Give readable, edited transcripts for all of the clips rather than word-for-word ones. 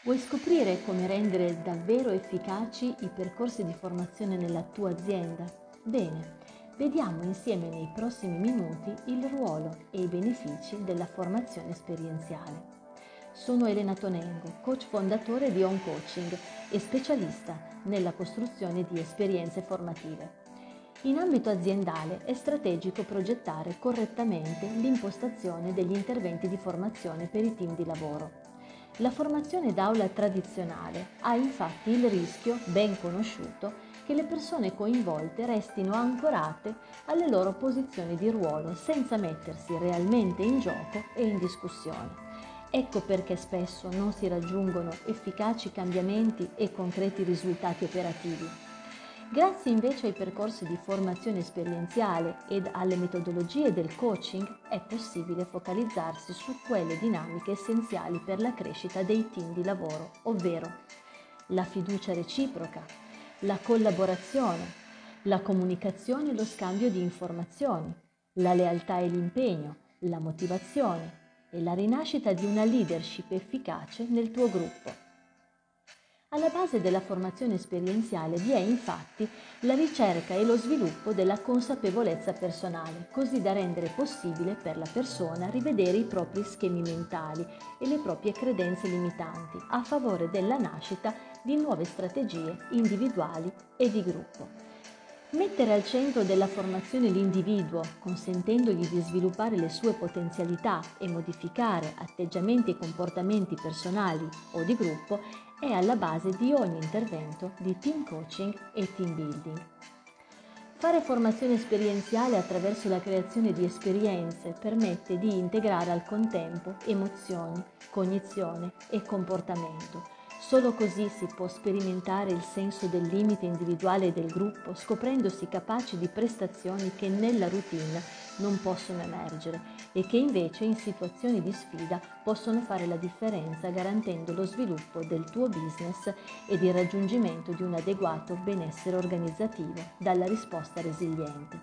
Vuoi scoprire come rendere davvero efficaci i percorsi di formazione nella tua azienda? Bene, vediamo insieme nei prossimi minuti il ruolo e i benefici della formazione esperienziale. Sono Elena Tonengo, coach fondatore di On Coaching e specialista nella costruzione di esperienze formative. In ambito aziendale è strategico progettare correttamente l'impostazione degli interventi di formazione per i team di lavoro. La formazione d'aula tradizionale ha infatti il rischio, ben conosciuto, che le persone coinvolte restino ancorate alle loro posizioni di ruolo senza mettersi realmente in gioco e in discussione. Ecco perché spesso non si raggiungono efficaci cambiamenti e concreti risultati operativi. Grazie invece ai percorsi di formazione esperienziale ed alle metodologie del coaching è possibile focalizzarsi su quelle dinamiche essenziali per la crescita dei team di lavoro, ovvero la fiducia reciproca, la collaborazione, la comunicazione e lo scambio di informazioni, la lealtà e l'impegno, la motivazione e la rinascita di una leadership efficace nel tuo gruppo. Alla base della formazione esperienziale vi è infatti la ricerca e lo sviluppo della consapevolezza personale, così da rendere possibile per la persona rivedere i propri schemi mentali e le proprie credenze limitanti a favore della nascita di nuove strategie individuali e di gruppo. Mettere al centro della formazione l'individuo, consentendogli di sviluppare le sue potenzialità e modificare atteggiamenti e comportamenti personali o di gruppo, è alla base di ogni intervento di team coaching e team building. Fare formazione esperienziale attraverso la creazione di esperienze permette di integrare al contempo emozioni, cognizione e comportamento. Solo così si può sperimentare il senso del limite individuale e del gruppo, scoprendosi capaci di prestazioni che nella routine non possono emergere e che invece in situazioni di sfida possono fare la differenza garantendo lo sviluppo del tuo business ed il raggiungimento di un adeguato benessere organizzativo dalla risposta resiliente.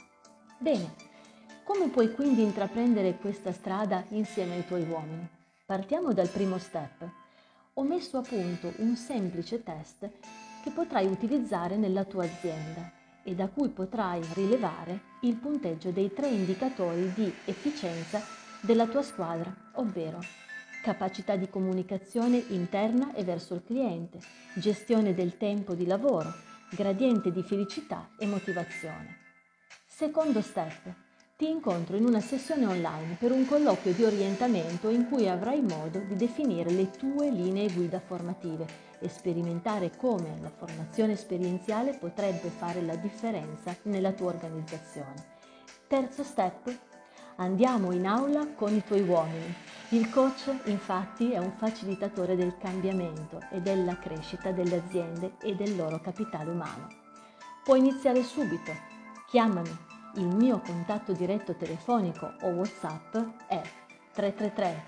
Bene, come puoi quindi intraprendere questa strada insieme ai tuoi uomini? Partiamo dal primo step. Ho messo a punto un semplice test che potrai utilizzare nella tua azienda e da cui potrai rilevare il punteggio dei 3 indicatori di efficienza della tua squadra, ovvero capacità di comunicazione interna e verso il cliente, gestione del tempo di lavoro, gradiente di felicità e motivazione. Secondo step. Ti incontro in una sessione online per un colloquio di orientamento in cui avrai modo di definire le tue linee guida formative e sperimentare come la formazione esperienziale potrebbe fare la differenza nella tua organizzazione. Terzo step. Andiamo in aula con i tuoi uomini. Il coach, infatti, è un facilitatore del cambiamento e della crescita delle aziende e del loro capitale umano. Puoi iniziare subito. Chiamami. Il mio contatto diretto telefonico o WhatsApp è 333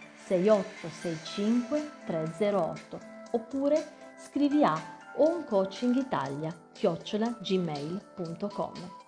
6865 308 oppure scrivi a oncoachingitalia@gmail.com.